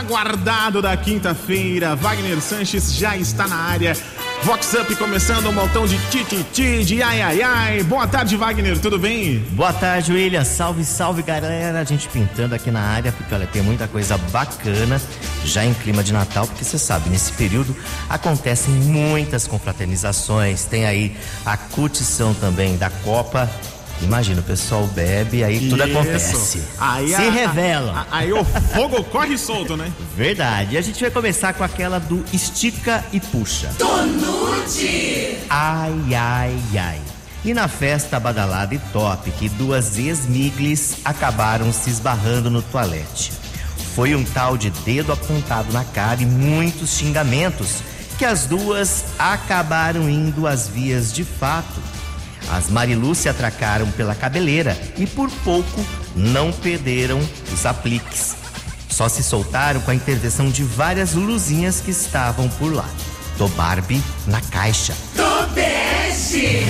aguardado da quinta-feira. Wagner Sanches já está na área. Vox Up começando um montão de tititi, de ai ai ai. Boa tarde, Wagner, tudo bem? Boa tarde, William. Salve, salve, galera. A gente pintando aqui na área, porque olha, tem muita coisa bacana já em clima de Natal, porque você sabe, nesse período acontecem muitas confraternizações. Tem aí a curtição também da Copa. Imagina, o pessoal bebe, aí tudo acontece. Aí se revelam. Aí o fogo corre solto, né? Verdade. E a gente vai começar com aquela do estica e puxa. Tonute! Ai, ai, ai. E na festa badalada e top, que duas ex-miglis acabaram se esbarrando no toalete. Foi um tal de dedo apontado na cara e muitos xingamentos, que as duas acabaram indo às vias de fato. As Marilus se atracaram pela cabeleira e por pouco não perderam os apliques. Só se soltaram com a intervenção de várias luzinhas que estavam por lá. Do Barbie na caixa. Do bege!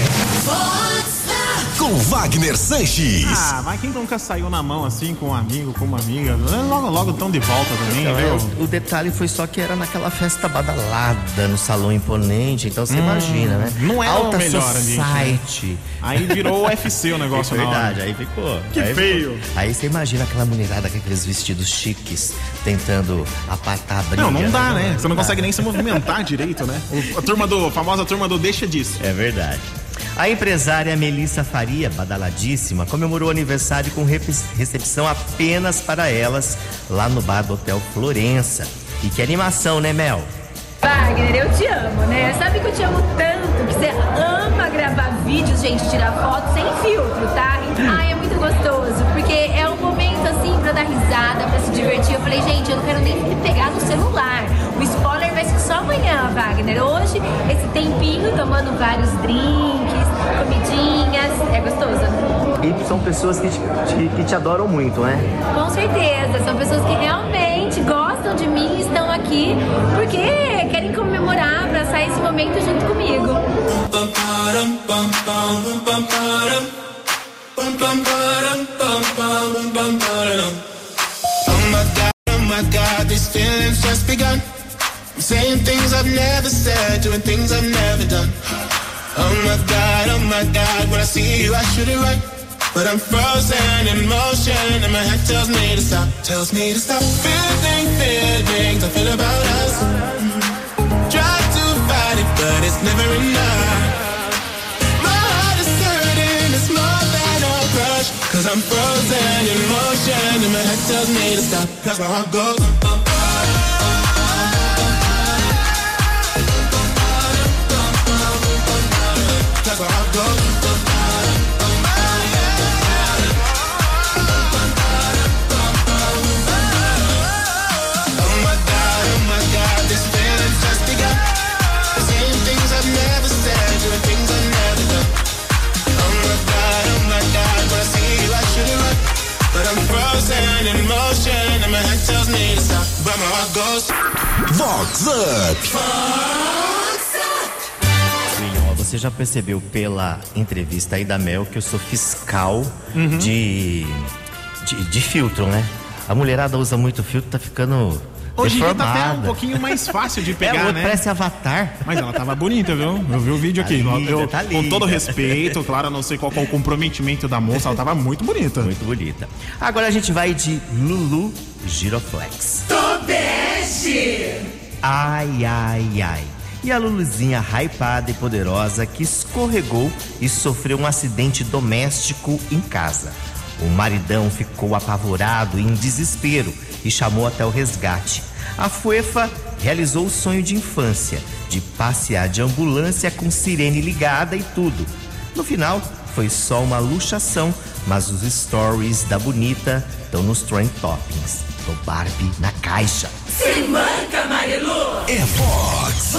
Com Wagner Sanches. Ah, mas quem nunca saiu na mão assim com um amigo, com uma amiga? Logo tão de volta também, Então, viu? o detalhe foi só que era naquela festa badalada, no salão imponente, então você imagina, né? Não era Alta o melhor society. Né? Aí virou UFC o negócio na hora. Verdade, aí ficou. Que aí feio. Aí você imagina aquela mulherada com aqueles vestidos chiques, tentando apartar a briga. Não dá, né? Você não consegue nem se movimentar direito, né? A famosa turma do deixa disso. É verdade. A empresária Melissa Faria, badaladíssima, comemorou o aniversário com recepção apenas para elas lá no bar do Hotel Florença. E que animação, né, Mel? Wagner, eu te amo, né? Sabe que eu te amo tanto, que você ama gravar vídeos, gente, tirar fotos sem filtro, tá? Ai, é muito gostoso, porque é um momento, assim, pra dar risada, pra se divertir. Eu falei, gente, eu não quero nem pegar no celular. O spoiler vai ser só amanhã, Wagner. Hoje, esse tempinho, tomando vários drinks, comidinhas, é gostoso. E são pessoas que te adoram muito, né? Com certeza, são pessoas que realmente gostam de mim e estão aqui porque querem comemorar, abraçar esse momento junto comigo. Oh my God, these feelings just begun. I'm saying things I've never said, doing things I've never done. Oh my God, when I see you I shoot it right. But I'm frozen in motion and my head tells me to stop. Feeling I feel about us. Try to fight it, but it's never enough. My heart is hurting, it's more than a crush. Cause I'm frozen in motion and my head tells me to stop. Cause my heart goes Cause my heart goes in motion and my head tells me to stop, but my heart goes Vox Up. William, você já percebeu pela entrevista aí da Mel que eu sou fiscal de filtro, né? A mulherada usa muito filtro, tá ficando Hoje em dia tá deformada. até um pouquinho mais fácil de pegar, né? Parece Avatar. Mas ela tava bonita, viu? Eu vi o vídeo aqui. Tá linda. Com todo respeito, claro, eu não sei qual é o comprometimento da moça, ela tava muito bonita. Muito bonita. Agora a gente vai de Lulu Giroflex. Do bege! Ai, ai, ai. E a Luluzinha hypada e poderosa que escorregou e sofreu um acidente doméstico em casa. O maridão ficou apavorado e em desespero e chamou até o resgate. A Fuefa realizou o sonho de infância, de passear de ambulância com sirene ligada e tudo. No final, foi só uma luxação, mas os stories da bonita estão nos trend toppings. Do Barbie na caixa. Se manca, Marilu! É Vox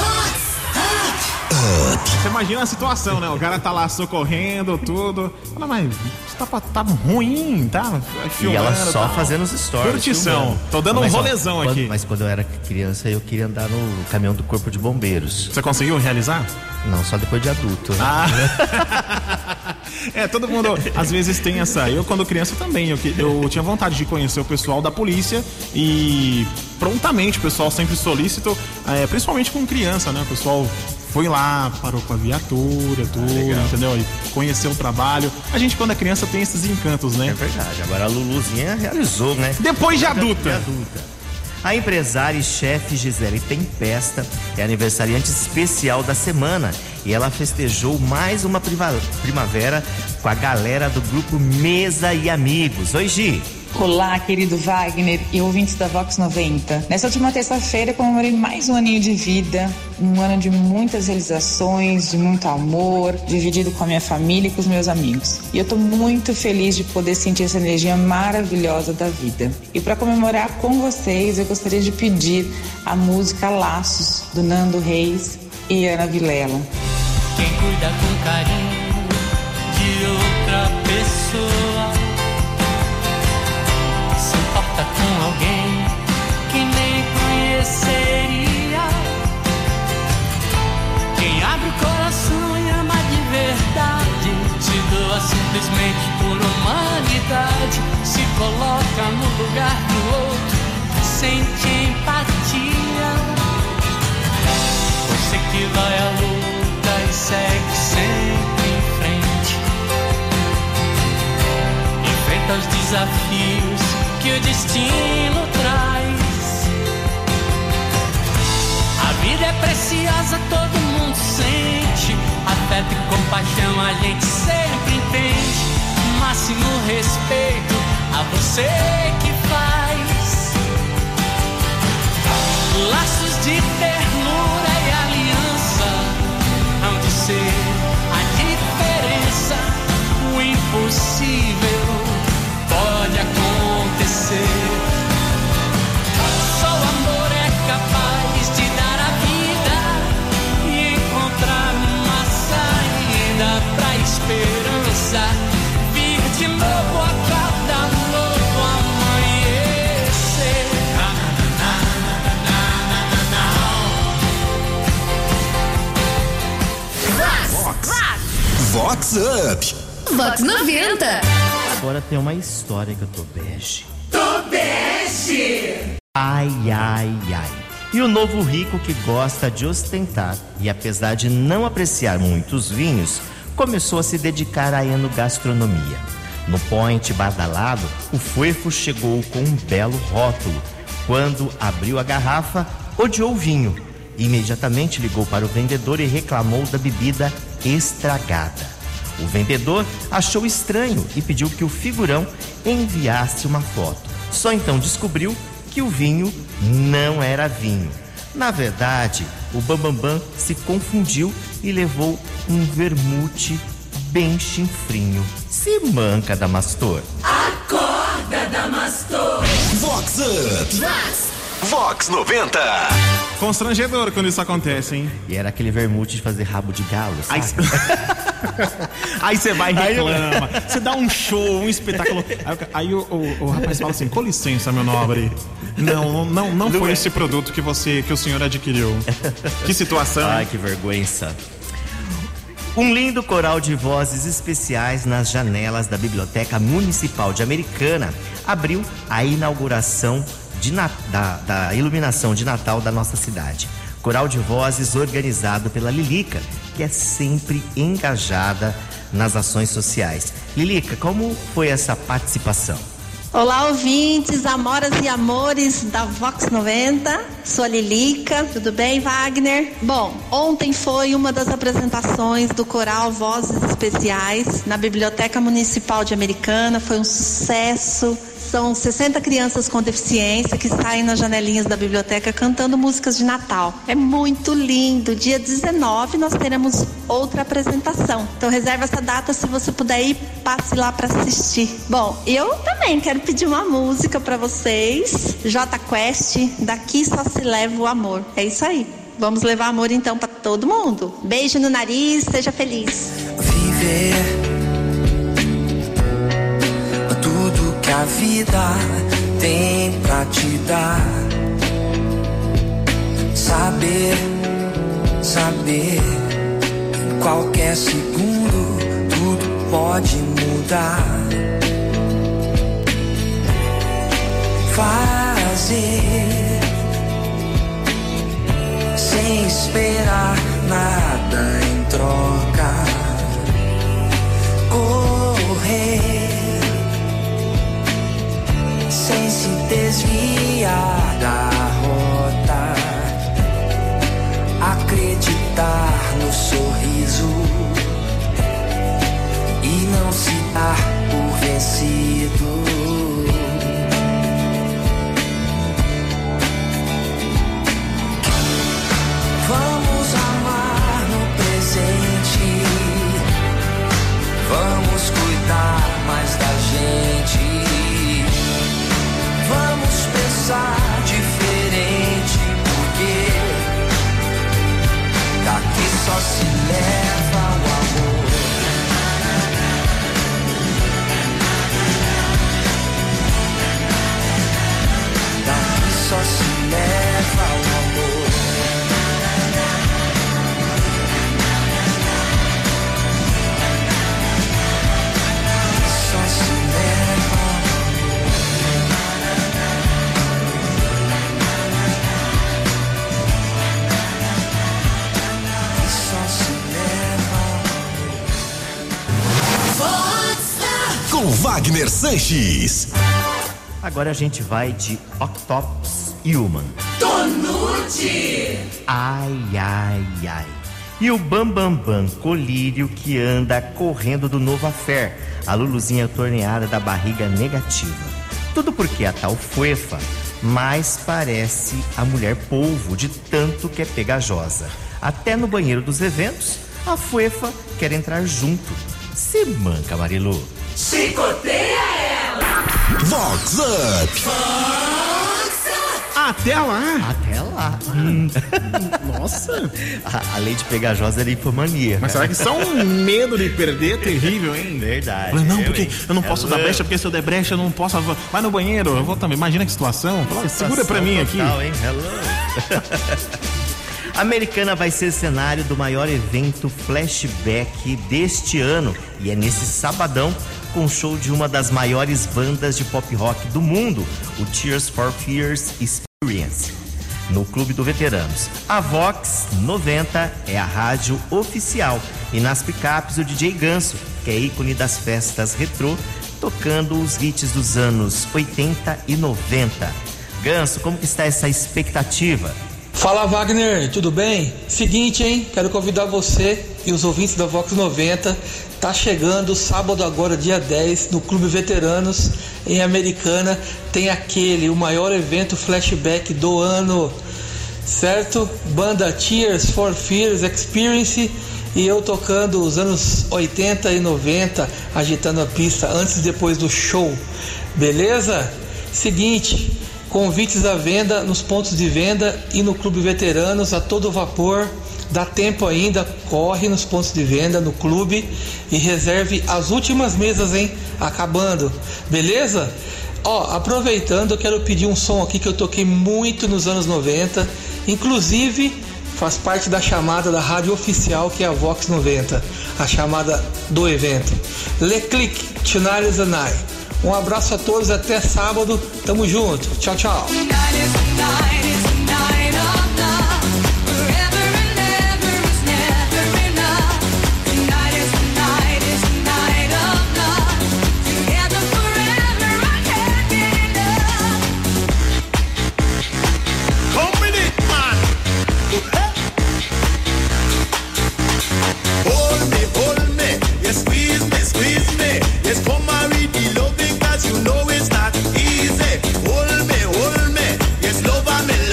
Up. Você imagina a situação, né? O cara tá lá socorrendo, tudo. Fala, mas tá ruim, tá? E ela só tal. fazendo os stories. Curtição. filmando. Tô dando um Mas, ó, rolezão aqui. Mas quando eu era criança, eu queria andar no caminhão do corpo de bombeiros. Você conseguiu realizar? Não, só depois de adulto. Né? Todo mundo às vezes tem essa. Eu, quando criança, também. Eu tinha vontade de conhecer o pessoal da polícia e prontamente o pessoal sempre solícito, principalmente com criança, né? O pessoal foi lá, parou com a viatura, tudo, entendeu? E conheceu o trabalho. A gente, quando é criança, tem esses encantos, né? É verdade. Agora a Luluzinha realizou, né? Depois de adulta. A empresária e chefe Gisele Tempesta é aniversariante especial da semana e ela festejou mais uma primavera com a galera do grupo Mesa e Amigos. Oi, Gi! Olá, querido Wagner e ouvintes da Vox 90. Nessa última terça-feira comemorei mais um aninho de vida, um ano de muitas realizações, de muito amor, dividido com a minha família e com os meus amigos. E eu tô muito feliz de poder sentir essa energia maravilhosa da vida. E para comemorar com vocês, eu gostaria de pedir a música Laços, do Nando Reis e Ana Vilela. Quem cuida com carinho de outra pessoa com alguém que nem conheceria. Quem abre o coração e ama de verdade, se doa simplesmente por humanidade, se coloca no lugar do outro, sente empatia. Você que vai à luta e segue sempre em frente, enfrenta os desafios que o destino traz. A vida é preciosa, todo mundo sente. Afeto e compaixão a gente sempre entende. Máximo respeito a você que faz. Laços de ternura e aliança hão de ser a diferença. O impossível pode acontecer. Só o amor é capaz de dar a vida e encontrar uma saída pra esperança vir de novo a cada novo amanhecer. Vox Up. Vox 90. Agora tem uma história que eu tô bege. Tô bege! Ai, ai, ai. E o novo rico que gosta de ostentar e, apesar de não apreciar muitos vinhos, começou a se dedicar à enogastronomia. No point badalado, o Fuefo chegou com um belo rótulo. Quando abriu a garrafa, odiou o vinho. Imediatamente ligou para o vendedor e reclamou da bebida estragada. O vendedor achou estranho e pediu que o figurão enviasse uma foto. Só então descobriu que o vinho não era vinho. Na verdade, o Bambambam se confundiu e levou um vermute bem chinfrinho. Se manca, Damastor. Acorda, Damastor! Vox Up. Vox 90. Constrangedor quando isso acontece, hein? E era aquele vermute de fazer rabo de galo, sabe? Aí você vai e reclama. Você dá um show, um espetáculo. Aí o rapaz fala assim: com licença, meu nobre. Não foi esse produto que o senhor adquiriu. Que situação. Ai, que vergonha. Um lindo coral de vozes especiais nas janelas da Biblioteca Municipal de Americana abriu a inauguração da iluminação de Natal da nossa cidade. Coral de vozes organizado pela Lilica, que é sempre engajada nas ações sociais. Lilica, como foi essa participação? Olá, ouvintes, amoras e amores da Vox 90, sou a Lilica, tudo bem, Wagner? Bom, ontem foi uma das apresentações do coral Vozes Especiais na Biblioteca Municipal de Americana, foi um sucesso. São 60 crianças com deficiência que saem nas janelinhas da biblioteca cantando músicas de Natal. É muito lindo. Dia 19 nós teremos outra apresentação. Então reserva essa data, se você puder ir, passe lá para assistir. Bom, eu também quero pedir uma música para vocês. J Quest, Daqui Só Se Leva o Amor. É isso aí. Vamos levar amor então para todo mundo. Beijo no nariz, seja feliz. Viver a vida tem pra te dar. Saber, em qualquer segundo tudo pode mudar. Fazer sem esperar nada em troca. Correr sem se desviar da rota. Acreditar no sorriso e não se dar por vencido. Vamos amar no presente, vamos cuidar mais da gente, vamos pensar diferente, porque daqui só se leva o amor. Daqui só se leva o amor. Só se leva o amor. Só se leva o amor. Com Wagner Sanches. Agora a gente vai de Octopus Human. Tonute! Ai, ai, ai. E o Bambambam Colírio que anda correndo do novo affair, a Luluzinha torneada da barriga negativa. Tudo porque a tal Fuefa mais parece a mulher polvo de tanto que é pegajosa. Até no banheiro dos eventos, a Fuefa quer entrar junto. Se manca, Marilu. Chicoteia ela! Vox Up. Até lá. Até lá. Nossa. A Lady Pegajosa é infomania. Mas será que só um medo de perder é terrível, hein? Verdade. Falei, não, porque eu não posso dar brecha, porque se eu der brecha eu não posso. Vai no banheiro, eu vou também. Imagina que situação. Fala, segura pra mim total, aqui. Hein? Hello. A Americana vai ser cenário do maior evento flashback deste ano. E é nesse sabadão, com show de uma das maiores bandas de pop rock do mundo, o Tears for Fears Experience, no Clube do Veteranos. A Vox 90 é a rádio oficial. E nas picapes o DJ Ganso, que é ícone das festas retrô, tocando os hits dos anos 80 e 90. Ganso, como que está essa expectativa? Fala, Wagner, tudo bem? Seguinte, hein? Quero convidar você e os ouvintes da Vox 90. Tá chegando sábado agora, dia 10, no Clube Veteranos, em Americana. Tem o maior evento flashback do ano, certo? Banda Tears for Fears Experience e eu tocando os anos 80 e 90, agitando a pista antes e depois do show. Beleza? Seguinte... Convites à venda nos pontos de venda e no Clube Veteranos a todo vapor. Dá tempo ainda, corre nos pontos de venda, no clube e reserve as últimas mesas, hein? Acabando, beleza? Ó, aproveitando, eu quero pedir um som aqui que eu toquei muito nos anos 90. Inclusive, faz parte da chamada da rádio oficial, que é a Vox 90. A chamada do evento. Le Click, Tonight is the Night. Um abraço a todos, até sábado, tamo junto, tchau, tchau. You know it's not easy. Hold me, yes, love me.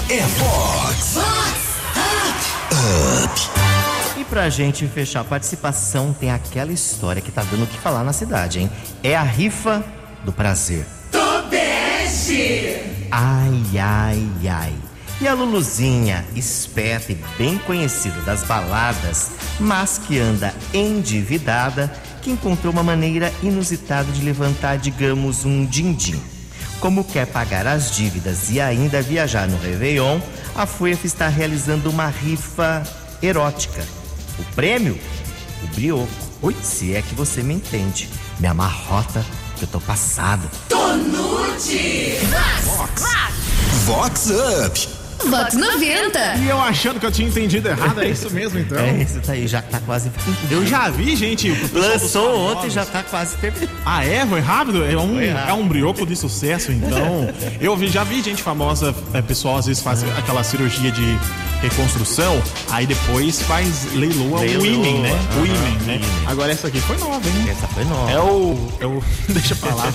é Vox Up. E pra gente fechar a participação, tem aquela história que tá dando o que falar na cidade, hein? É a rifa do prazer. Tobeste! Ai, ai, ai. E a Luluzinha, esperta e bem conhecida das baladas, mas que anda endividada, que encontrou uma maneira inusitada de levantar, digamos, um din-din. Como quer pagar as dívidas e ainda viajar no Réveillon, a FUEF está realizando uma rifa erótica. O prêmio? O brioco. Oi, se é que você me entende. Me amarrota, que eu tô passado. Tonute! Vox Up. Vox 90. E eu achando que eu tinha entendido errado, é isso mesmo então? É isso tá aí, já tá quase. Eu já vi, gente. Lançou ontem e já tá quase terminando. Ah, é? Foi rápido? É um brioco de sucesso, então. Já vi gente famosa, pessoal às vezes faz aquela cirurgia de reconstrução, aí depois leiloa o ímen, né? O ímen, né? Agora essa aqui foi nova, hein? Essa foi nova. É o... Deixa pra lá.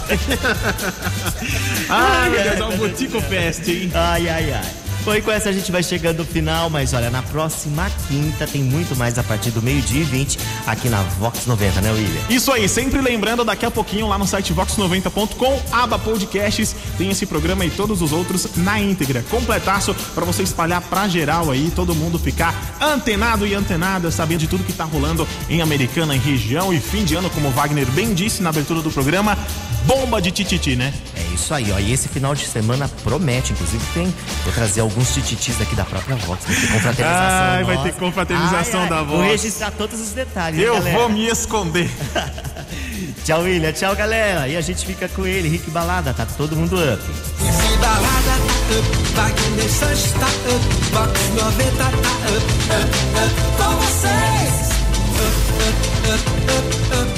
Ai, meu Deus, é o Botico Fest, hein? Ai, ai, ai. Bom, e com essa a gente vai chegando ao final, mas olha, na próxima quinta tem muito mais a partir do 12h20 aqui na Vox 90, né, William? Isso aí, sempre lembrando, daqui a pouquinho lá no site vox90.com, aba podcasts, tem esse programa e todos os outros na íntegra, completaço, pra você espalhar pra geral aí, todo mundo ficar antenado e antenada, sabendo de tudo que tá rolando em Americana, em região, e fim de ano, como o Wagner bem disse na abertura do programa, bomba de tititi, né? É isso aí, ó, e esse final de semana promete, inclusive vou trazer alguns tititis aqui da própria Vox, vai ter confraternização. Ai, vai ter confraternização da Vox. Vou registrar todos os detalhes, eu galera. Vou me esconder. Tchau, William, tchau, galera. E a gente fica com ele, Rick Balada, tá todo mundo up. Rick Balada tá up, Wagner Sanches tá up, Vox 90 tá up, com vocês. Up, up, up, up, up.